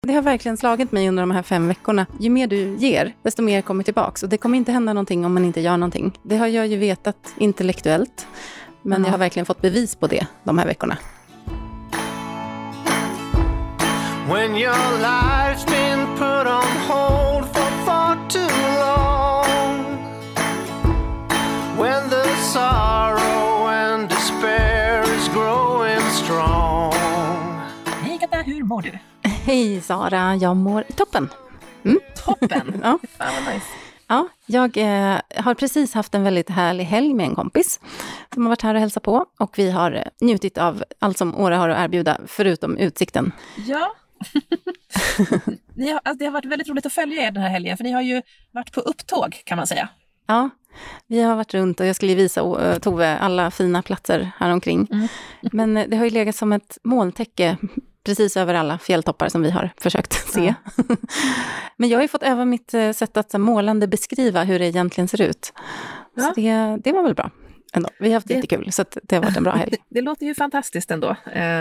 det har verkligen slagit mig under de här 5 veckorna. Ju mer du ger, desto mer kommer tillbaks. Och det kommer inte hända någonting om man inte gör någonting. Det har jag ju vetat intellektuellt. Men jag har verkligen fått bevis på det de här veckorna. When your life's been put on hold for far too long, when the sorrow and despair is growing strong. Hej Katta, hur mår du? Hej Sara, jag mår toppen. Toppen? Ja. Fan vad nice. Ja, jag har precis haft en väldigt härlig helg med en kompis som har varit här och hälsat på. Och vi har njutit av allt som Åre har att erbjuda, förutom utsikten. Ja. Det har varit väldigt roligt att följa er den här helgen, för ni har ju varit på upptåg kan man säga. Ja, vi har varit runt och jag skulle visa Tove alla fina platser här omkring. Men det har ju legat som ett molntäcke precis över alla fjälltoppar som vi har försökt se. Ja. Men jag har ju fått öva mitt sätt att målande beskriva hur det egentligen ser ut. Ja. Så det var väl bra ändå. Vi har haft jättekul, så att det har varit en bra helg. Det låter ju fantastiskt ändå.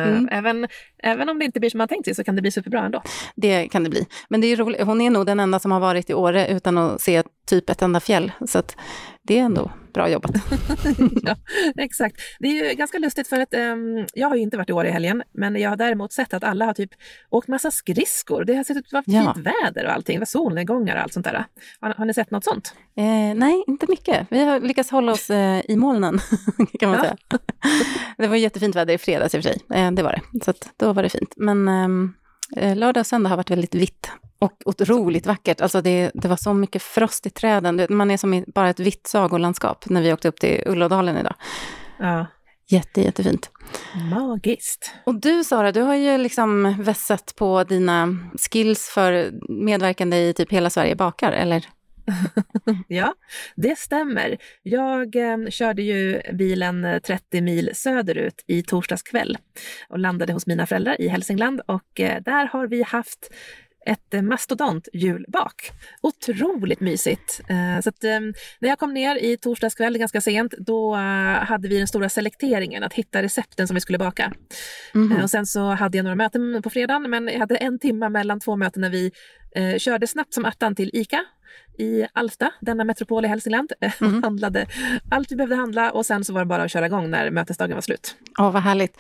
Även om det inte blir som man tänkt sig, så kan det bli superbra ändå. Det kan det bli. Men det är roligt. Hon är nog den enda som har varit i Åre utan att se typ ett enda fjäll. Så att det är ändå bra jobbat. Ja, exakt. Det är ju ganska lustigt för att jag har ju inte varit i Åre i helgen, men jag har däremot sett att alla har typ åkt massa skridskor. Det har sett ut att vara fint väder och allting. Det var solnedgångar och allt sånt där. Har ni sett något sånt? Nej, inte mycket. Vi har lyckats hålla oss i molnen, kan man säga. Det var jättefint väder i fredags i och för sig. Det var det. Så att då var det fint. Men lördag och söndag har varit väldigt vitt. Och otroligt vackert. Alltså det var så mycket frost i träden. Man är som i bara ett vitt sagolandskap när vi åkte upp till Ullådalen idag. Ja. Jättefint. Magiskt. Och du Sara, du har ju liksom vässat på dina skills för medverkande i typ hela Sverige bakar, eller? Ja, det stämmer. Jag körde ju bilen 30 mil söderut i torsdags kväll och landade hos mina föräldrar i Hälsingland, och där har vi haft ett mastodontjulbak. Otroligt mysigt. Så att, när jag kom ner i torsdags kväll ganska sent, då hade vi den stora selekteringen att hitta recepten som vi skulle baka. Och sen så hade jag några möten på fredagen, men jag hade 1 timme mellan 2 möten när vi körde snabbt som attan till ICA i Alfta, denna metropol i Hälsingland. Handlade allt vi behövde handla, och sen så var det bara att köra igång när mötesdagen var slut. Vad härligt.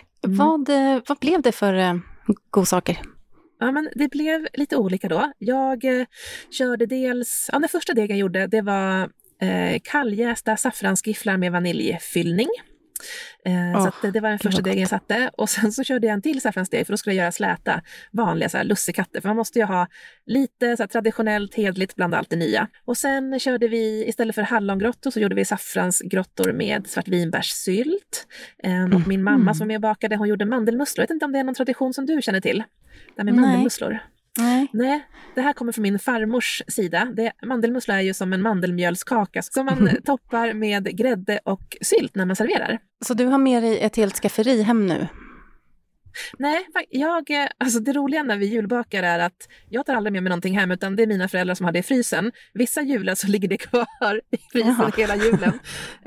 Vad blev det för godsaker? Ja, men det blev lite olika då. Jag körde dels, den första degen jag gjorde, det var kalljästa saffransgifflar med vaniljfyllning. Så att det var den första degen jag satte. Och sen så körde jag en till saffransdeg, för då skulle jag göra släta, vanliga så här lussekatter. För man måste ju ha lite så här traditionellt, hedligt bland allt det nya. Och sen körde vi, istället för hallongrottor, så gjorde vi saffransgrottor med svartvinbärssylt. Och min mamma som var med och bakade, hon gjorde mandelmusslor. Jag vet inte om det är någon tradition som du känner till. Det här med mandelmusslor. Nej, det här kommer från min farmors sida. Mandelmussla är ju som en mandelmjölskaka som man toppar med grädde och sylt när man serverar. Så du har med dig ett helt skafferi hem nu? Nej, alltså det roliga när vi julbakar är att jag tar aldrig med mig någonting hem, utan det är mina föräldrar som har det i frysen. Vissa jular så ligger det kvar i frysen hela julen.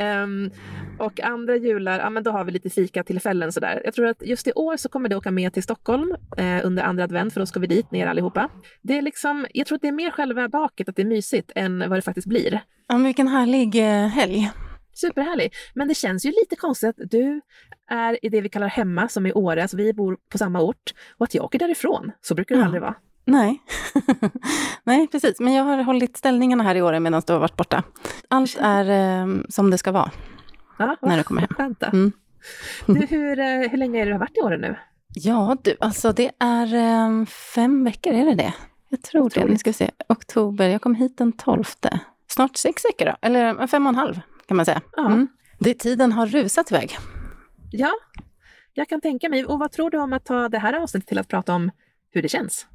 Och andra jular, men då har vi lite fika-tillfällen sådär. Jag tror att just i år så kommer det åka med till Stockholm under andra advent, för då ska vi dit ner allihopa. Det är liksom, jag tror att det är mer själva baket, att det är mysigt, än vad det faktiskt blir. Ja, men vilken härlig helg. Superhärlig. Men det känns ju lite konstigt att du är i det vi kallar hemma, som i Åre, alltså vi bor på samma ort, och att jag åker därifrån. Så brukar det aldrig vara. Nej. Nej, precis. Men jag har hållit ställningarna här i Åre medan du har varit borta. Allt är som det ska vara när du kommer hem. Vänta. Du, hur länge är du har varit i Åre nu? Ja, alltså det är 5 veckor, är det? Jag tror det. Nu ska vi se. Oktober, jag kom hit den 12:e. Snart 6 veckor då. Eller 5,5 kan man säga. Tiden har rusat iväg. Ja, jag kan tänka mig. Och vad tror du om att ta det här avsnittet till att prata om hur det känns?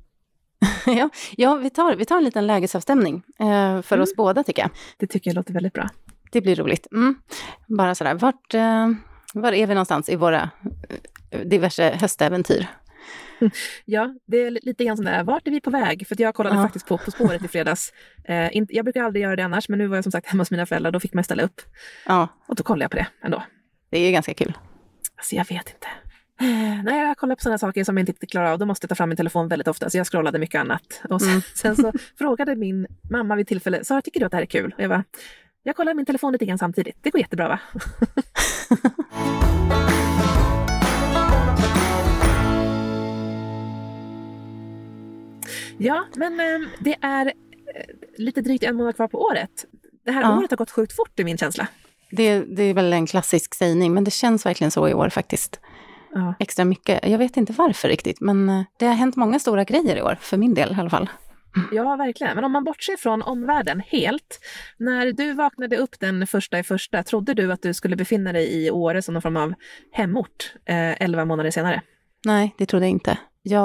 Ja, vi tar en liten lägesavstämning för oss båda, tycker jag. Det tycker jag låter väldigt bra. Det blir roligt. Bara sådär, var är vi någonstans i våra diverse höstäventyr? Ja, det är lite grann sån där, vart är vi på väg? För att jag kollade faktiskt på spåret i fredags. Jag brukar aldrig göra det annars, men nu var jag som sagt hemma hos mina föräldrar, då fick man ställa upp. Ja. Och då kollade jag på det ändå. Det är ju ganska kul. Alltså jag vet inte. När jag kollar på sådana saker som jag inte klarar av, då måste jag ta fram min telefon väldigt ofta. Så jag scrollade mycket annat. Och sen så frågade min mamma vid tillfälle, Sara, tycker du att det här är kul? Och jag bara, jag kollar min telefon lite grann samtidigt. Det går jättebra, va? Ja, men det är lite drygt 1 månad kvar på året. Det här året har gått sjukt fort i min känsla. Det är väl en klassisk sägning, men det känns verkligen så i år faktiskt. Ja. Extra mycket. Jag vet inte varför riktigt, men det har hänt många stora grejer i år, för min del i alla fall. Ja, verkligen. Men om man bortser från omvärlden helt, när du vaknade upp den 1:1, trodde du att du skulle befinna dig i Åre som någon form av hemort 11 månader senare? Nej, det trodde jag inte.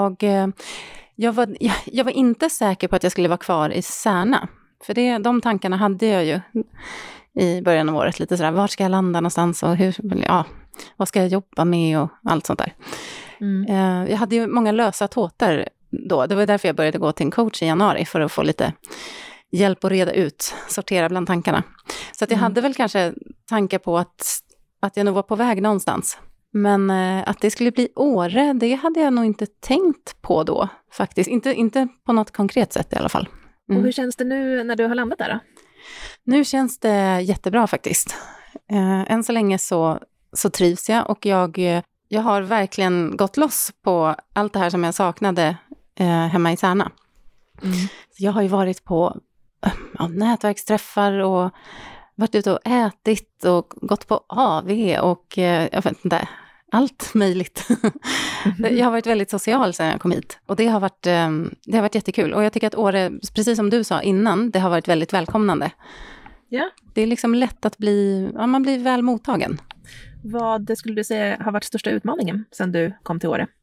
Jag var inte säker på att jag skulle vara kvar i Särna. För de tankarna hade jag ju i början av året. Lite sådär, var ska jag landa någonstans och vad ska jag jobba med och allt sånt där. Jag hade ju många lösa tåtar då. Det var därför jag började gå till en coach i januari, för att få lite hjälp att reda ut, sortera bland tankarna. Så att jag hade väl kanske tankar på att jag nog var på väg någonstans. Men att det skulle bli Åre, det hade jag nog inte tänkt på då faktiskt. Inte på något konkret sätt i alla fall. Och hur känns det nu när du har landat där då? Nu känns det jättebra faktiskt. Än så länge så trivs jag, och jag har verkligen gått loss på allt det här som jag saknade hemma i Särna. Jag har ju varit på nätverksträffar och varit ute och ätit och gått på AV och jag vet inte, allt möjligt. Jag har varit väldigt social sedan jag kom hit, och det har varit jättekul. Och jag tycker att Åre, precis som du sa innan, det har varit väldigt välkomnande. Ja. Det är liksom lätt att man blir väl mottagen. Vad skulle du säga har varit största utmaningen sedan du kom till Åre?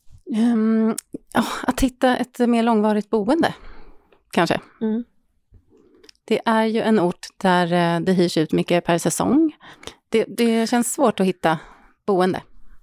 Att hitta ett mer långvarigt boende, kanske. Det är ju en ort där det hyrs ut mycket per säsong. Det känns svårt att hitta boende.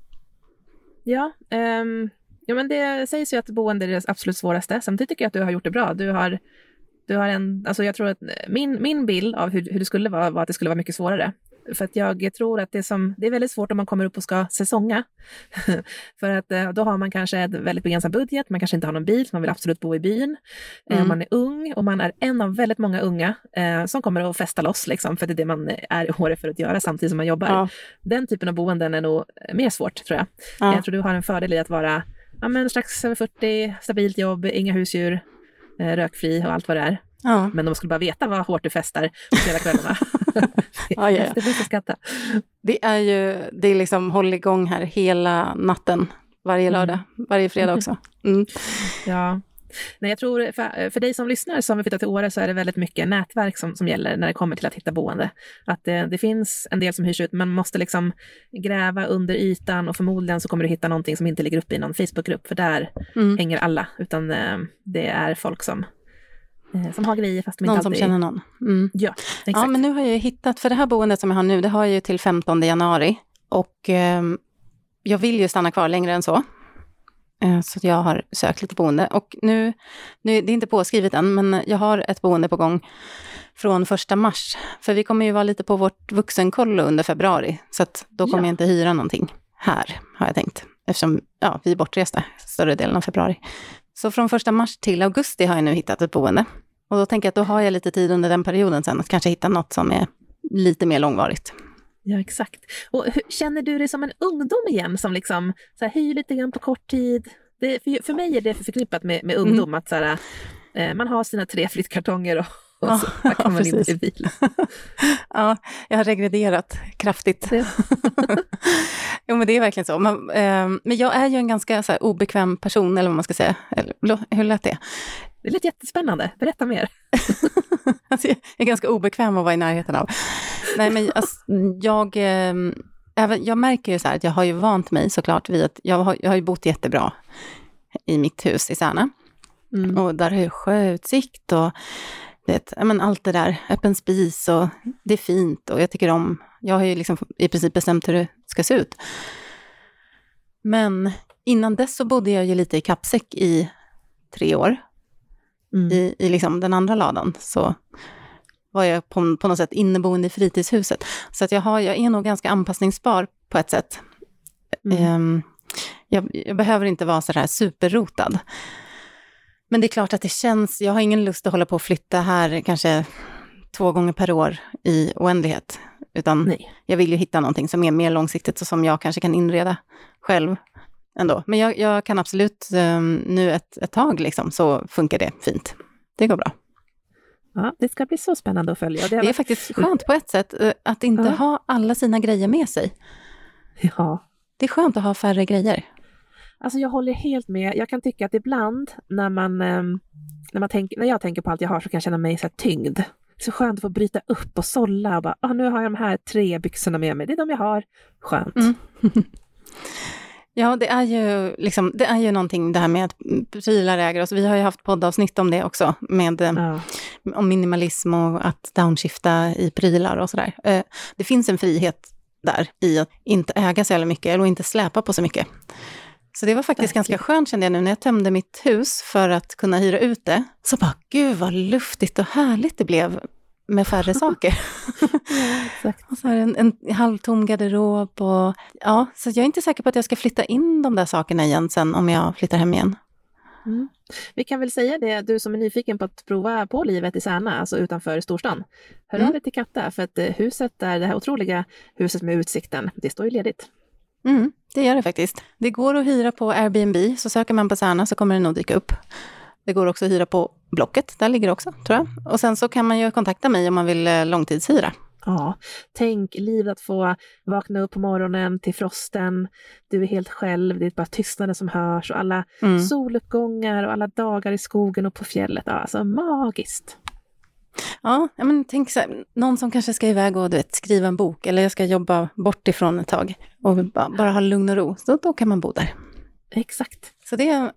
Ja, men det sägs ju att boende är det absolut svåraste. Samtidigt tycker jag att du har gjort det bra. Du har alltså jag tror att min bild av hur det skulle vara var att det skulle vara mycket svårare. För att jag tror att det är väldigt svårt om man kommer upp och ska säsonga. För att då har man kanske en väldigt begränsad budget. Man kanske inte har någon bil, så man vill absolut bo i byn. Man är ung, och man är en av väldigt många unga som kommer att festa loss. Liksom, för det är det man är i Åre för att göra samtidigt som man jobbar. Ja. Den typen av boenden är nog mer svårt, tror jag. Ja. Jag tror du har en fördel i att vara strax över 40, stabilt jobb, inga husdjur, rökfri och allt vad det är. Ja. Men de skulle bara veta vad hårt du festar på kvällarna. Det finns att skatta. Det är liksom håll igång här hela natten, varje lördag, varje fredag också. Ja. Nej, jag tror för dig som lyssnar som vill flytta till Åre, så är det väldigt mycket nätverk som gäller när det kommer till att hitta boende. Att det finns en del som hyrs ut, men man måste liksom gräva under ytan, och förmodligen så kommer du hitta någonting som inte ligger uppe i någon Facebookgrupp, för där hänger alla, utan det är folk som har grejer fast de inte alltid... Någon som känner någon. Ja, exakt. Ja, men nu har jag hittat, för det här boendet som jag har nu, det har jag ju till 15 januari. Och jag vill ju stanna kvar längre än så. Så jag har sökt lite boende. Och nu det är inte påskrivet än, men jag har ett boende på gång från 1 mars. För vi kommer ju vara lite på vårt vuxenkollo under februari. Så att då kommer jag inte hyra någonting här, har jag tänkt. Eftersom vi är bortresta större delen av februari. Så från 1 mars till augusti har jag nu hittat ett boende. Och då tänker jag att då har jag lite tid under den perioden sen att kanske hitta något som är lite mer långvarigt. Ja, exakt. Och känner du dig som en ungdom igen som liksom så här, hyr lite grann på kort tid? För mig är det förknippat med ungdom att så här, man har sina 3 flyttkartonger och så kommer man in i bilen. Ja, jag har regrederat kraftigt. Jo, men det är verkligen så. Men jag är ju en ganska så här, obekväm person, eller vad man ska säga. Hur lät det? Det är lite jättespännande. Berätta mer. Alltså, jag är ganska obekväm att vara i närheten av. Nej, men alltså, jag märker ju så här att jag har ju vant mig såklart vid att jag har ju bott jättebra i mitt hus i Särna. Och där har jag sjöutsikt och allt det där, öppen spis, och det är fint, och jag tycker jag har ju liksom i princip bestämt hur det ska se ut. Men innan dess så bodde jag ju lite i kappsäck i 3 år. I liksom den andra ladan så var jag på något sätt inneboende i fritidshuset. Så att jag är nog ganska anpassningsbar på ett sätt. Jag behöver inte vara så där superrotad. Men det är klart att det känns, jag har ingen lust att hålla på och flytta här kanske 2 gånger per år i oändlighet. Utan jag vill ju hitta någonting som är mer långsiktigt och som jag kanske kan inreda själv ändå. Men jag kan absolut nu ett tag liksom, så funkar det fint. Det går bra. Ja, det ska bli så spännande att följa. Det är faktiskt skönt på ett sätt att inte ha alla sina grejer med sig. Ja. Det är skönt att ha färre grejer. Alltså jag håller helt med. Jag kan tycka att ibland när jag tänker på allt jag har så kan jag känna mig så här tyngd. Det är så skönt att få bryta upp och sålla och bara, nu har jag de här 3 byxorna med mig. Det är de jag har. Skönt. Mm. Ja, det är ju någonting det här med att prylar äger oss. Vi har ju haft poddavsnitt om det också, om minimalism och att downshifta i prylar och sådär. Det finns en frihet där i att inte äga så mycket eller inte släpa på så mycket. Så det var faktiskt ganska skönt, kände jag nu, när jag tömde mitt hus för att kunna hyra ut det. Så bara, gud vad luftigt och härligt det blev med färre saker. Och så här en halvtom garderob. Och, så jag är inte säker på att jag ska flytta in de där sakerna igen sen om jag flyttar hem igen. Mm. Vi kan väl säga det, du som är nyfiken på att prova på livet i Särna, alltså utanför storstan. Hör av dig till Katta, för att huset där, det här otroliga huset med utsikten, det står ju ledigt. Det gör det faktiskt. Det går att hyra på Airbnb, så söker man på Särna så kommer det nog dyka upp. Det går också att hyra på Blocket, där ligger det också, tror jag. Och sen så kan man ju kontakta mig om man vill långtidshyra. Ja, tänk livet att få vakna upp på morgonen till frosten. Du är helt själv, det är bara tystnaden som hörs och alla soluppgångar och alla dagar i skogen och på fjället. Alltså magiskt. Ja, men tänk så här, någon som kanske ska iväg och skriva en bok, eller jag ska jobba bort ifrån ett tag och bara ha lugn och ro, så då kan man bo där. Exakt. Så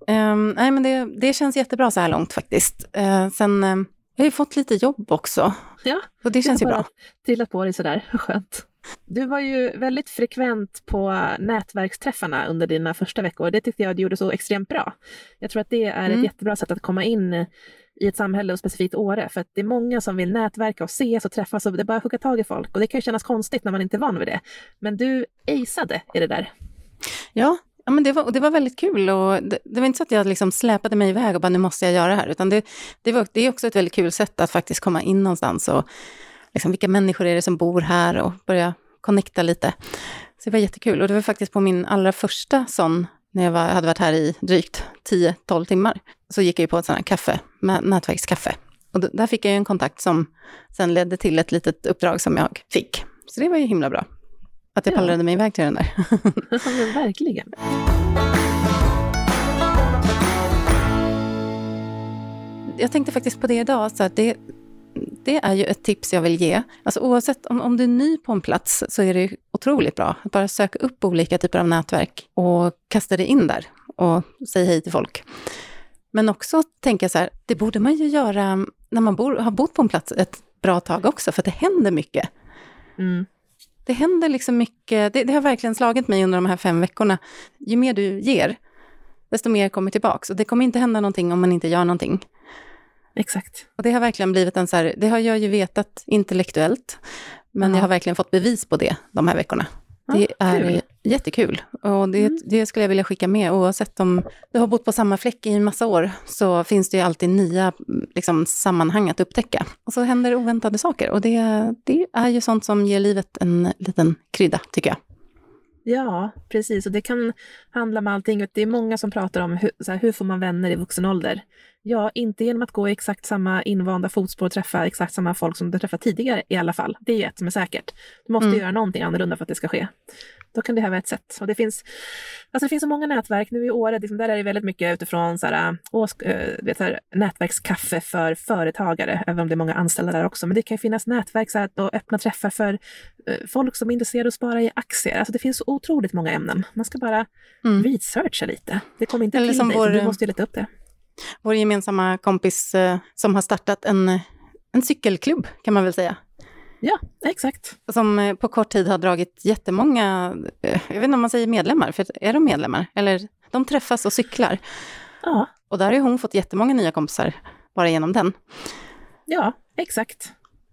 det känns jättebra så här långt faktiskt. Sen jag har ju fått lite jobb också. Ja, och det känns ju bra. Trillat på dig sådär, skönt. Du var ju väldigt frekvent på nätverksträffarna under dina första veckor. Det tyckte jag du gjorde så extremt bra. Jag tror att det är ett jättebra sätt att komma in i ett samhälle och specifikt Åre. För att det är många som vill nätverka och ses och träffas och det är bara att hugga tag i folk. Och det kan ju kännas konstigt när man inte är van vid det. Men du aceade i det där. Ja, men det var väldigt kul. Och det var inte så att jag liksom släpade mig iväg och bara, nu måste jag göra det här. Utan det är också ett väldigt kul sätt att faktiskt komma in någonstans och liksom, vilka människor är det som bor här och börja connecta lite. Så det var jättekul. Och det var faktiskt på min allra första sån, när jag hade varit här i drygt 10-12 timmar, så gick jag ju på ett sånt här kaffe, nätverkskaffe. Och där fick jag ju en kontakt som sen ledde till ett litet uppdrag som jag fick. Så det var ju himla bra. Att jag pallrade mig iväg till den där. Men verkligen. Jag tänkte faktiskt på det idag, så att det är ju ett tips jag vill ge. Alltså oavsett om du är ny på en plats så är det otroligt bra att bara söka upp olika typer av nätverk och kasta det in där och säga hej till folk. Men också tänka så här, det borde man ju göra när man har bott på en plats ett bra tag också, för att det händer mycket. Det händer liksom mycket, det har verkligen slagit mig under de här 5 veckorna. Ju mer du ger, desto mer kommer tillbaka. Och det kommer inte hända någonting om man inte gör någonting. Exakt. Och det har verkligen blivit en så här, det har jag ju vetat intellektuellt, men jag har verkligen fått bevis på det de här veckorna. Det är jättekul. Och det skulle jag vilja skicka med. Oavsett om du har bott på samma fläck i en massa år, så finns det ju alltid nya liksom, sammanhang att upptäcka. Och så händer oväntade saker. Och det är ju sånt som ger livet en liten krydda, tycker jag. Ja, precis. Och det kan handla om allting. Det är många som pratar om hur får man vänner i vuxen ålder. Ja, inte genom att gå i exakt samma invanda fotspår och träffa exakt samma folk som du träffat tidigare i alla fall. Det är ju ett som är säkert. Du måste göra någonting annorlunda för att det ska ske. Då kan det här vara ett sätt. Och det finns så många nätverk nu i Åre. Liksom, där är det väldigt mycket utifrån nätverkskaffe för företagare. Även om det är många anställda där också. Men det kan ju finnas nätverk och öppna träffar för folk som är intresserade av att spara i aktier. Alltså det finns så otroligt många ämnen. Man ska bara researcha lite. Det kommer inte till dig. Du måste ju leta upp det. Vår gemensamma kompis som har startat en cykelklubb, kan man väl säga. Ja, exakt. Som på kort tid har dragit jättemånga, jag vet inte om man säger medlemmar, för är de medlemmar? Eller de träffas och cyklar. Ja. Och där har hon fått jättemånga nya kompisar bara genom den. Ja, exakt.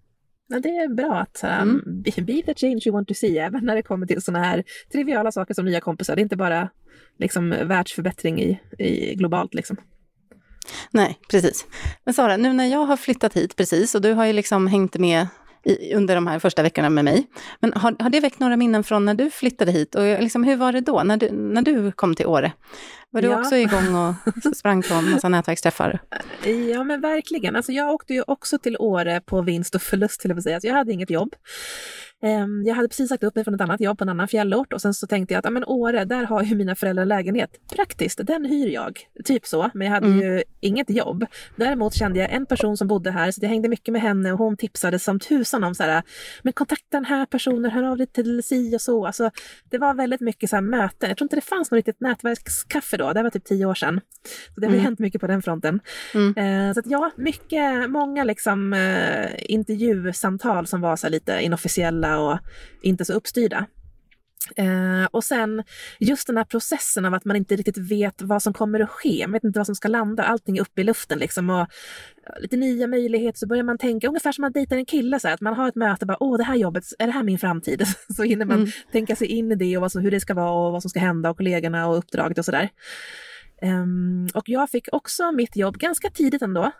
Ja, det är bra att be the change you want to see, även när det kommer till såna här triviala saker som nya kompisar. Det är inte bara liksom världsförbättring i globalt liksom. Nej, precis. Men Sara, nu när jag har flyttat hit precis, och du har ju liksom hängt med under de här första veckorna med mig. Men har det väckt några minnen från när du flyttade hit? Och liksom, hur var det då, när du kom till Åre? Var du också igång och sprang på en massa nätverksträffar? Ja, men verkligen. Alltså, jag åkte ju också till Åre på vinst och förlust, till att säga. Alltså, jag hade inget jobb. Jag hade precis sagt upp mig från ett annat jobb på en annan fjällort, och sen så tänkte jag att Åre, där har ju mina föräldrar lägenhet. Praktiskt, den hyr jag. Typ så, men jag hade ju inget jobb. Däremot kände jag en person som bodde här, så jag hängde mycket med henne, och hon tipsade som tusan om så här, men kontakta den här personen, hör av dig till si och så. Alltså, det var väldigt mycket så här möten. Jag tror inte det fanns något riktigt nätverkskaffe då. Det var typ 10 år sedan. Så det har hänt mycket på den fronten. Så att ja, många liksom intervjusamtal som var så här lite inofficiella och inte så uppstyrda. Och sen just den här processen av att man inte riktigt vet vad som kommer att ske. Man vet inte vad som ska landa. Allting är uppe i luften liksom, och lite nya möjligheter. Så börjar man tänka ungefär som man dejtar en kille, så här, att man har ett möte och bara, det här jobbet, är det här min framtid? Så hinner man tänka sig in i det och hur det ska vara och vad som ska hända och kollegorna och uppdraget och sådär. Och jag fick också mitt jobb ganska tidigt ändå.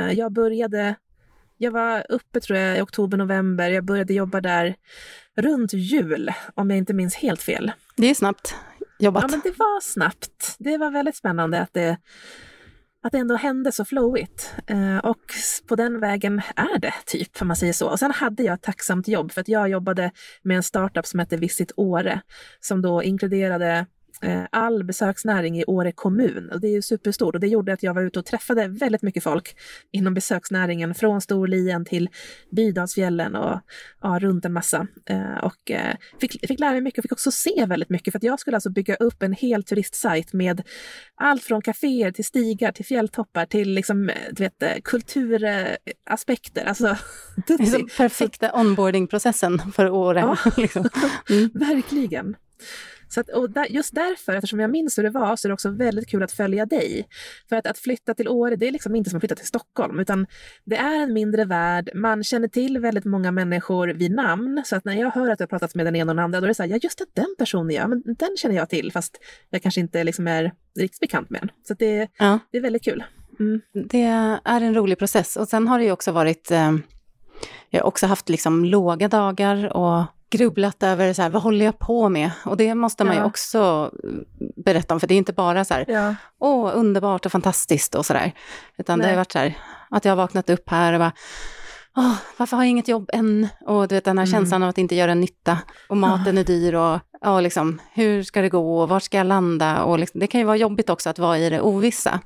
Jag var uppe tror jag i oktober-november. Jag började jobba där runt jul, om jag inte minns helt fel. Det är snabbt jobbat. Ja, men det var snabbt. Det var väldigt spännande att det ändå hände så flowigt. Och på den vägen är det typ, om man säger så. Och sen hade jag ett tacksamt jobb, för att jag jobbade med en startup som hette Visit Åre, som då inkluderade all besöksnäring i Åre kommun. Och det är ju superstort, och det gjorde att jag var ute och träffade väldigt mycket folk inom besöksnäringen, från Storlien till Bydalsfjällen och runt en massa. Och fick lära mig mycket, och fick också se väldigt mycket, för att jag skulle alltså bygga upp en hel turistsajt med allt från kaféer till stigar till fjälltoppar till liksom, du vet, kulturaspekter. Alltså, det är så perfekta onboardingprocessen för Åre. Ja, liksom. Verkligen. Så att, och just därför, eftersom jag minns hur det var, så är det också väldigt kul att följa dig. För att flytta till Åre, det är liksom inte som att flytta till Stockholm, utan det är en mindre värld. Man känner till väldigt många människor vid namn, så att när jag hör att jag har pratat med den ena och den andra, då är det så här, ja just det, den personen, ja, men den känner jag till, fast jag kanske inte liksom är riktigt bekant med den. Så att det är väldigt kul. Det är en rolig process, och sen har det ju också varit, jag har också haft liksom låga dagar och grubblat över så här, vad håller jag på med? Och det måste man ju också berätta om, för det är inte bara så här, underbart och fantastiskt och sådär. Utan det har varit så här, att jag har vaknat upp här och bara, varför har jag inget jobb än? Och du vet, den här känslan av att inte göra nytta. Och maten är dyr och liksom, hur ska det gå? Och var ska jag landa? Och liksom, det kan ju vara jobbigt också att vara i det ovissa.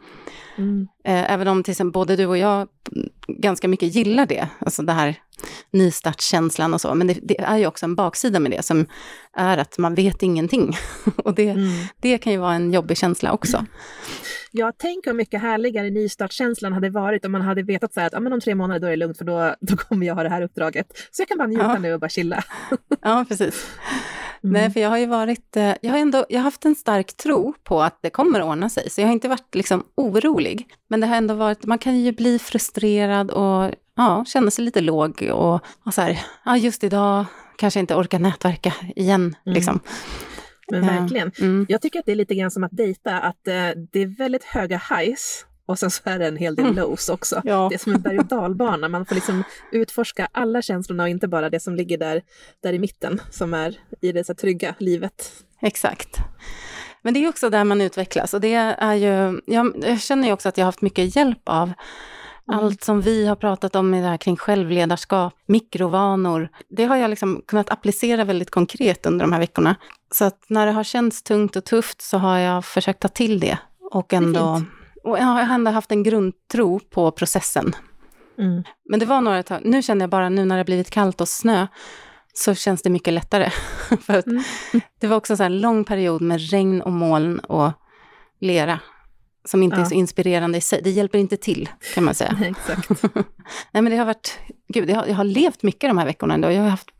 Även om till exempel både du och jag ganska mycket gillar det. Alltså det här nystartskänslan och så. Men det är ju också en baksida med det, som är att man vet ingenting. Och det kan ju vara en jobbig känsla också. Jag tänker hur mycket härligare nystartskänslan hade varit om man hade vetat så här att om 3 månader då är det lugnt, för då kommer jag ha det här uppdraget. Så jag kan bara njuta nu och bara chilla. Ja, precis. Nej, för jag har ju varit, jag har haft en stark tro på att det kommer att ordna sig. Så jag har inte varit liksom orolig. Men det har ändå varit, man kan ju bli frustrerad och känna sig lite låg. Och så här, just idag kanske inte orkar nätverka igen liksom. Men verkligen. Jag tycker att det är lite grann som att dejta, att det är väldigt höga highs och sen så är det en hel del lows också. Ja. Det är som en berg- och dalbana. Man får liksom utforska alla känslorna och inte bara det som ligger där i mitten, som är i det så trygga livet. Exakt. Men det är också där man utvecklas, och det är ju, jag känner ju också att jag har haft mycket hjälp av allt som vi har pratat om i det här kring självledarskap, mikrovanor. Det har jag liksom kunnat applicera väldigt konkret under de här veckorna. Så att när det har känts tungt och tufft så har jag försökt ta till det. Och jag har ändå haft en grundtro på processen. Men det var några tag, nu känner jag bara, nu när det har blivit kallt och snö, så känns det mycket lättare. För att det var också så här en lång period med regn och moln och lera, som inte är så inspirerande i sig. Det hjälper inte till, kan man säga. Nej, exakt. Nej, men det har varit, jag har levt mycket de här veckorna ändå. Jag har haft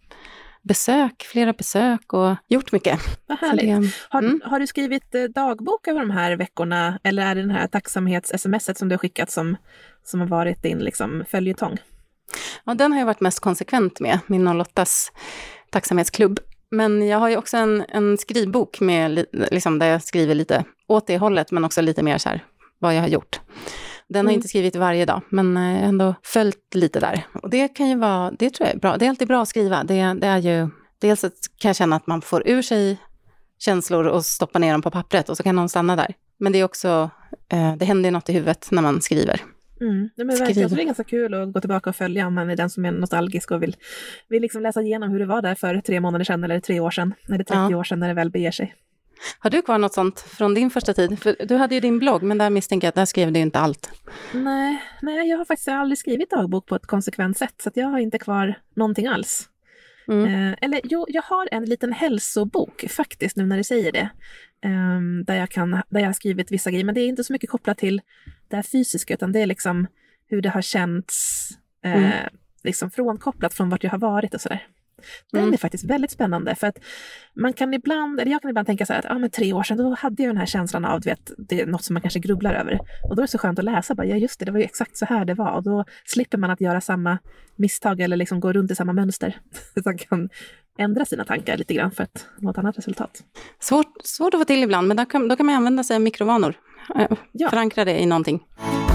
flera besök och gjort mycket. Vad härligt. Har du skrivit dagbok över de här veckorna, eller är det den här tacksamhets-smset som du har skickat som har varit din liksom följetong? Ja, den har jag varit mest konsekvent med, min 08s tacksamhetsklubb. Men jag har ju också en skrivbok med, liksom, där jag skriver lite åt det hållet, men också lite mer så här, vad jag har gjort. Den har inte skrivit varje dag, men ändå följt lite där. Och det kan ju vara, det tror jag är bra. Det är alltid bra att skriva. Det är ju, dels att kan jag känna att man får ur sig känslor och stoppa ner dem på pappret och så kan de stanna där. Men det är också, det händer något i huvudet när man skriver. Ja, men verkligen, det är ganska kul att gå tillbaka och följa om man är den som är nostalgisk och vill liksom läsa igenom hur det var där för 3 månader sedan eller 3 år sedan, eller 30 år sedan när det väl beger sig. Har du kvar något sånt från din första tid? För du hade ju din blogg, men där misstänker jag att där skrev du inte allt. Nej, jag har faktiskt aldrig skrivit dagbok på ett konsekvent sätt, så att jag har inte kvar någonting alls. Eller jo, jag har en liten hälsobok faktiskt, nu när du säger det. Där jag har skrivit vissa grejer, men det är inte så mycket kopplat till det här fysiska, utan det är liksom hur det har känts liksom frånkopplat från vart jag har varit och sådär. Den är faktiskt väldigt spännande, för att jag kan ibland tänka så här att men 3 år sedan då hade jag den här känslan av, du vet, det är något som man kanske grubblar över, och då är det så skönt att läsa, bara, ja just det var ju exakt så här det var, och då slipper man att göra samma misstag eller liksom gå runt i samma mönster, utan kan ändra sina tankar lite grann för att nå ett annat resultat. Svårt att få till ibland, men då kan man använda sig av mikrovanor. Förankra det i någonting.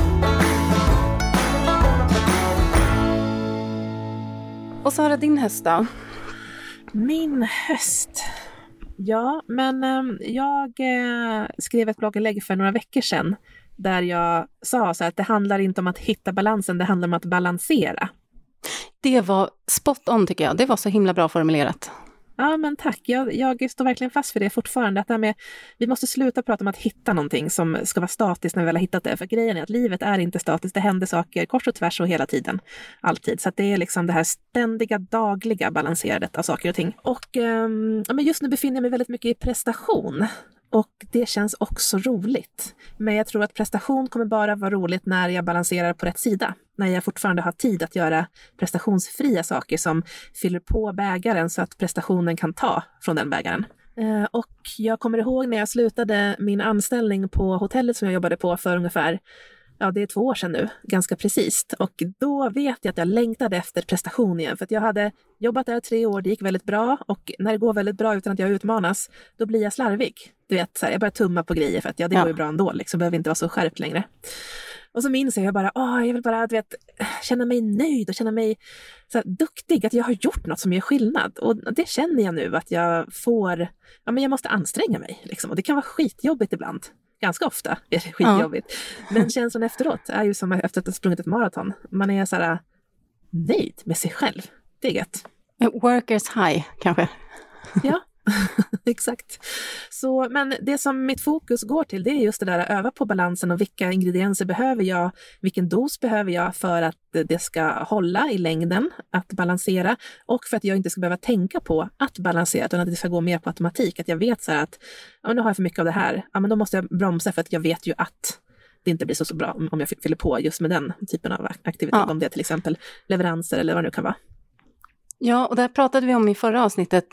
Och så har det din höst då? Min höst? Ja, men jag skrev ett blogginlägg för några veckor sedan där jag sa så att det handlar inte om att hitta balansen, det handlar om att balansera. Det var spot on tycker jag. Det var så himla bra formulerat. Ja, men tack. Jag står verkligen fast för det fortfarande. Att vi måste sluta prata om att hitta någonting som ska vara statiskt när vi väl har hittat det. För grejen är att livet är inte statiskt. Det händer saker kors och tvärs och hela tiden. Alltid. Så att det är liksom det här ständiga, dagliga balanserandet av saker och ting. Och men just nu befinner jag mig väldigt mycket i prestation. Och det känns också roligt. Men jag tror att prestation kommer bara vara roligt när jag balanserar på rätt sida. När jag fortfarande har tid att göra prestationsfria saker som fyller på bägaren så att prestationen kan ta från den bägaren. Och jag kommer ihåg när jag slutade min anställning på hotellet som jag jobbade på för ungefär, det är 2 år sedan nu, ganska precis. Och då vet jag att jag längtade efter prestation igen. För att jag hade jobbat där 3 år, det gick väldigt bra. Och när det går väldigt bra utan att jag utmanas, då blir jag slarvig. Du vet, så här, jag börjar tumma på grejer för att det går ju bra ändå. Liksom, behöver inte vara så skärpt längre. Och så minns jag bara, jag vill bara känna mig nöjd och känna mig så här, duktig. Att jag har gjort något som gör skillnad. Och det känner jag nu att jag får, men jag måste anstränga mig. Liksom. Och det kan vara skitjobbigt ibland. Ganska ofta är det skitjobbigt. Men känslan efteråt är ju som efter att ha sprungit ett maraton. Man är så här nöjd med sig själv. Det är gött. Workers high, kanske. Ja, exakt. Så, men det som mitt fokus går till, det är just det där att öva på balansen och vilka ingredienser behöver jag, vilken dos behöver jag för att det ska hålla i längden, att balansera, och för att jag inte ska behöva tänka på att balansera, utan att det ska gå mer på automatik, att jag vet så här att nu har jag för mycket av det här, men då måste jag bromsa för att jag vet ju att det inte blir så bra om jag fyller på just med den typen av aktivitet, om det är till exempel leveranser eller vad det nu kan vara. Ja, och där pratade vi om i förra avsnittet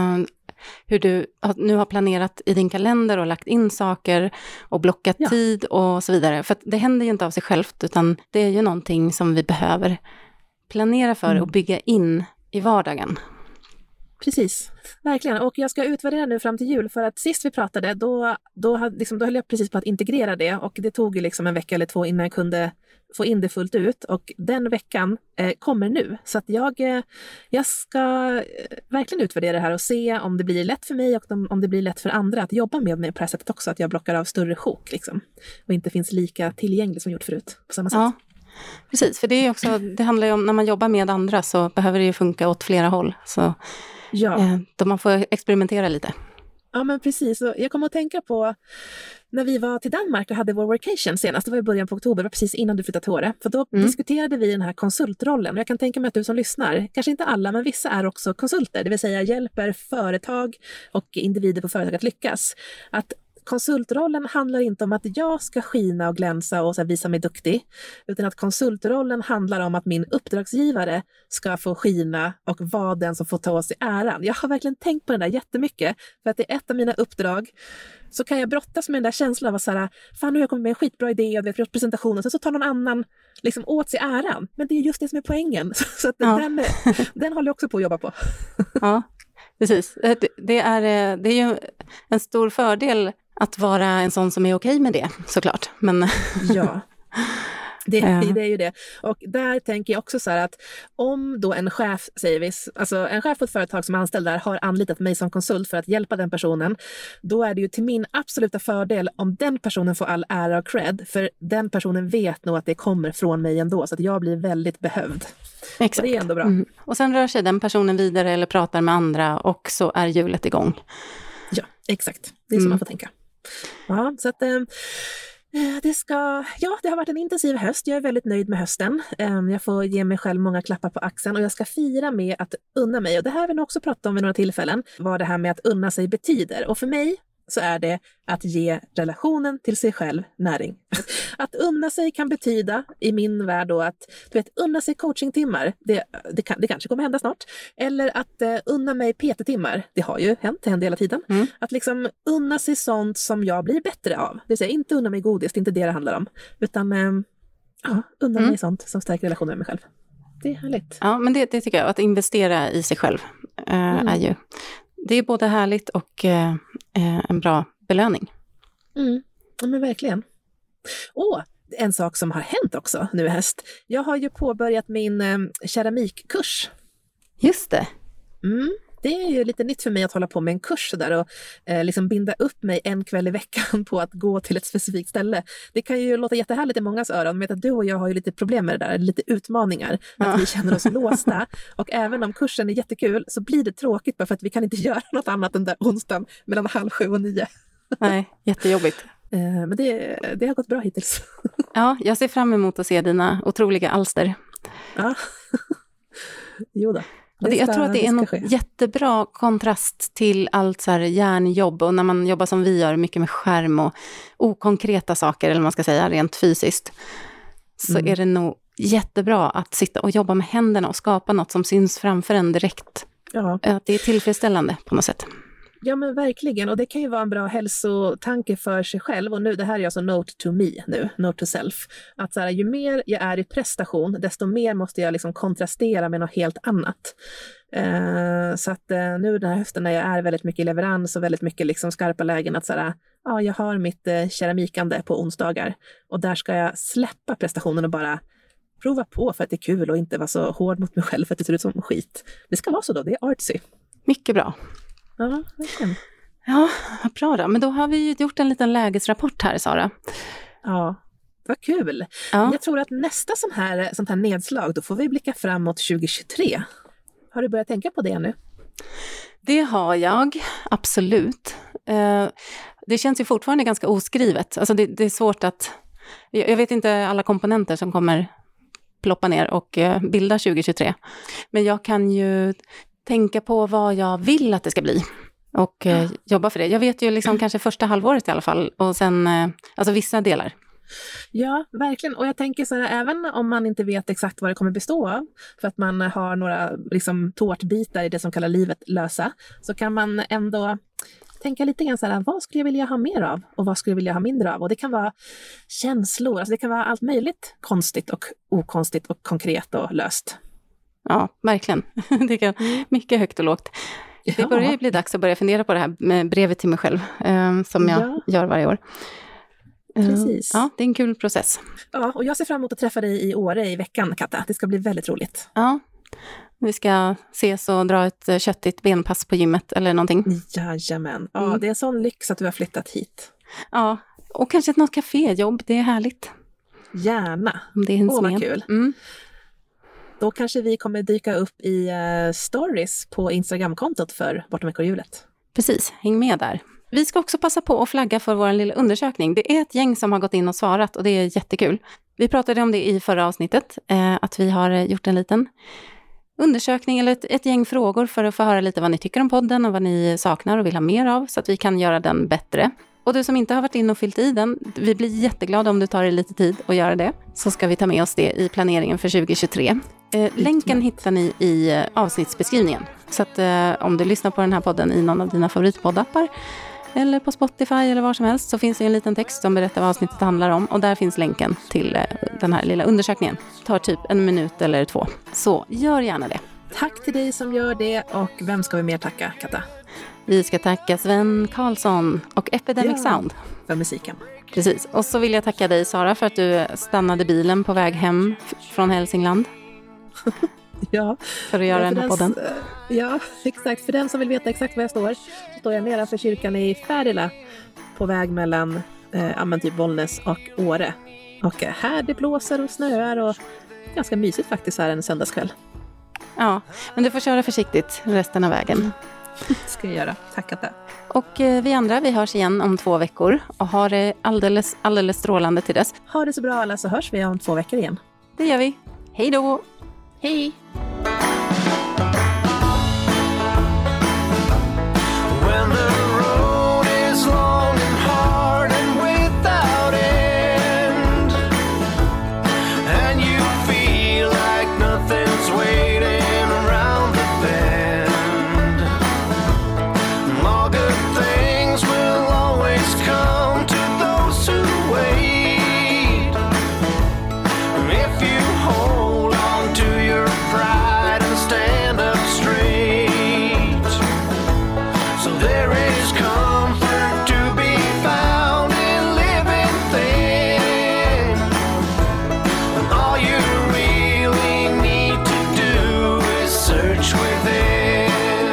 hur du nu har planerat i din kalender och lagt in saker och blockat tid och så vidare. För att det händer ju inte av sig självt, utan det är ju någonting som vi behöver planera för och bygga in i vardagen. Precis, verkligen. Och jag ska utvärdera nu fram till jul, för att sist vi pratade då höll jag precis på att integrera det, och det tog ju liksom 1 vecka eller 2 innan jag kunde få in det fullt ut, och den veckan kommer nu. Så att jag ska verkligen utvärdera det här och se om det blir lätt för mig och om det blir lätt för andra att jobba med mig på det här sättet också, att jag blockar av större sjok liksom, och inte finns lika tillgängligt som gjort förut på samma sätt. Ja, precis, för det är också, det handlar ju om när man jobbar med andra så behöver det ju funka åt flera håll, så då man får experimentera lite. Ja, men precis. Och jag kommer att tänka på när vi var till Danmark och hade vår workation senast. Det var i början på oktober, det var precis innan du flyttade till Åre. För då diskuterade vi den här konsultrollen. Och jag kan tänka mig att du som lyssnar, kanske inte alla, men vissa är också konsulter. Det vill säga hjälper företag och individer på företag att lyckas. Att konsultrollen handlar inte om att jag ska skina och glänsa och så här visa mig duktig, utan att konsultrollen handlar om att min uppdragsgivare ska få skina och vara den som får ta åt sig äran. Jag har verkligen tänkt på det där jättemycket, för att det är ett av mina uppdrag. Så kan jag brottas med den där känslan av att så här, fan nu har jag kommit med en skitbra idé och vi har gjort presentationen, så tar någon annan liksom åt sig äran. Men det är just det som är poängen. Så att den håller jag också på att jobba på. Ja, precis. Det är ju en stor fördel att vara en sån som är okej med det, såklart. Men ja. Det är ju det. Och där tänker jag också så här att om då en chef, säger vi, alltså en chef på ett företag som är anställd där har anlitat mig som konsult för att hjälpa den personen, då är det ju till min absoluta fördel om den personen får all ära och cred, för den personen vet nog att det kommer från mig ändå, så att jag blir väldigt behövd. Exakt. Så det är ändå bra. Mm. Och sen rör sig den personen vidare eller pratar med andra och så är hjulet igång. Ja, exakt. Det är så man får tänka. Ja, så att det har varit en intensiv höst. Jag är väldigt nöjd med hösten. Jag får ge mig själv många klappar på axeln och jag ska fira med att unna mig. Och det här har vi nog också pratat om vid några tillfällen, vad det här med att unna sig betyder. Och för mig så är det att ge relationen till sig själv näring. Att unna sig kan betyda i min värld då att unna sig coachingtimmar, det kanske kommer hända snart. Eller att unna mig PT-timmar, det har ju hänt, det händer hela tiden. Att liksom unna sig sånt som jag blir bättre av. Det vill säga inte unna mig godis, det är inte det handlar om. Utan unna mig sånt som stärker relationen med mig själv. Det är härligt. Ja, men det tycker jag, att investera i sig själv är ju... Det är både härligt och en bra belöning. Ja, men verkligen. En sak som har hänt också nu i höst. Jag har ju påbörjat min keramikkurs. Just det. Det är ju lite nytt för mig att hålla på med en kurs där och liksom binda upp mig en kväll i veckan på att gå till ett specifikt ställe. Det kan ju låta jättehärligt i mångas öron, men att du och jag har ju lite problem med det där, lite utmaningar, att vi känner oss låsta. Och även om kursen är jättekul så blir det tråkigt bara för att vi kan inte göra något annat den där onsdagen mellan 7:30 och 9. Nej, jättejobbigt. Men det har gått bra hittills. Ja, jag ser fram emot att se dina otroliga alster. Ja, jo då. Jag tror att det är en jättebra kontrast till allt så här hjärnjobb och när man jobbar som vi gör mycket med skärm och okonkreta saker, eller man ska säga rent fysiskt, så är det nog jättebra att sitta och jobba med händerna och skapa något som syns framför en direkt. Ja. Att det är tillfredsställande på något sätt. Ja, men verkligen. Och det kan ju vara en bra hälsotanke för sig själv. Och nu, det här är alltså note to me nu, note to self. Att så här, ju mer jag är i prestation, desto mer måste jag liksom kontrastera med något helt annat. Så att nu den här hösten när jag är väldigt mycket i leverans och väldigt mycket liksom skarpa lägen, att så här, jag har mitt keramikande på onsdagar. Och där ska jag släppa prestationen och bara prova på för att det är kul och inte vara så hård mot mig själv för att det ser ut som skit. Det ska vara så då, det är artsy. Mycket bra. Ja, verkligen. Ja, vad bra då. Men då har vi ju gjort en liten lägesrapport här, Sara. Ja, vad kul. Ja. Jag tror att nästa sånt här nedslag, då får vi blicka framåt 2023. Har du börjat tänka på det nu? Det har jag, absolut. Det känns ju fortfarande ganska oskrivet. Alltså det är svårt att... Jag vet inte alla komponenter som kommer ploppa ner och bilda 2023. Men jag kan ju tänka på vad jag vill att det ska bli och jobba för det. Jag vet ju liksom kanske första halvåret i alla fall och sen alltså vissa delar. Ja, verkligen. Och jag tänker så här, även om man inte vet exakt vad det kommer bestå av, för att man har några liksom tårtbitar i det som kallar livet lösa, så kan man ändå tänka lite grann så här, vad skulle jag vilja ha mer av och vad skulle jag vilja ha mindre av? Och det kan vara känslor, alltså det kan vara allt möjligt konstigt och okonstigt och konkret och löst. Ja, verkligen. Det kan mycket högt och lågt. Ja. Det börjar ju bli dags att börja fundera på det här med brevet till mig själv som jag gör varje år. Precis. Ja, det är en kul process. Ja, och jag ser fram emot att träffa dig i Åre i veckan, Katta. Det ska bli väldigt roligt. Ja, vi ska ses och dra ett köttigt benpass på gymmet eller någonting. Jajamän. Ja, det är en sån lyx att du har flyttat hit. Ja, och kanske något kaféjobb. Det är härligt. Gärna. Det är en vad kul. Då kanske vi kommer dyka upp i stories på Instagramkontot för Bortom ekorrhjulet. Precis, häng med där. Vi ska också passa på att flagga för vår lilla undersökning. Det är ett gäng som har gått in och svarat och det är jättekul. Vi pratade om det i förra avsnittet, att vi har gjort en liten undersökning eller ett gäng frågor för att få höra lite vad ni tycker om podden och vad ni saknar och vill ha mer av så att vi kan göra den bättre. Och du som inte har varit in och fyllt i den, vi blir jätteglada om du tar dig lite tid att göra det. Så ska vi ta med oss det i planeringen för 2023. Länken hittar ni i avsnittsbeskrivningen. Så att om du lyssnar på den här podden i någon av dina favoritpoddappar eller på Spotify eller var som helst, så finns det en liten text som berättar vad avsnittet handlar om. Och där finns länken till den här lilla undersökningen. Det tar typ 1 minut eller 2. Så gör gärna det. Tack till dig som gör det, och vem ska vi mer tacka, Katta? Vi ska tacka Sven Karlsson och Epidemic Sound. För musiken. Precis. Och så vill jag tacka dig, Sara, för att du stannade bilen på väg hem från Hälsingland. Ja. För att göra den här podden. Ja, exakt. För den som vill veta exakt var jag står, så står jag nedanför kyrkan i Färila på väg mellan typ Bollnäs och Åre. Och här det blåser och snöar och ganska mysigt faktiskt här en söndagskväll. Ja, men du får köra försiktigt resten av vägen. Ska jag göra. Tack att det. Och vi andra, vi hörs igen om 2 veckor. Och har det alldeles strålande till dess. Ha det så bra alla, så hörs vi om 2 veckor igen. Det gör vi. Hej då! Hej! When the road is long and hard and without end, and you feel like nothing's waiting around the bend, all good things will always come to those who wait. If you hold on to your pride and stand up straight, so there is comfort to be found in living thin. And all you really need to do is search within.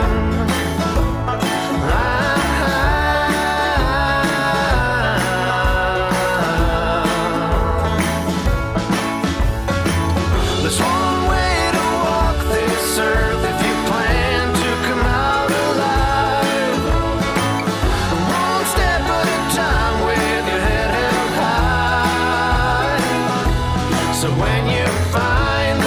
There's one way to walk this earth if you plan to come out alive. One step at a time with your head held high. So when you find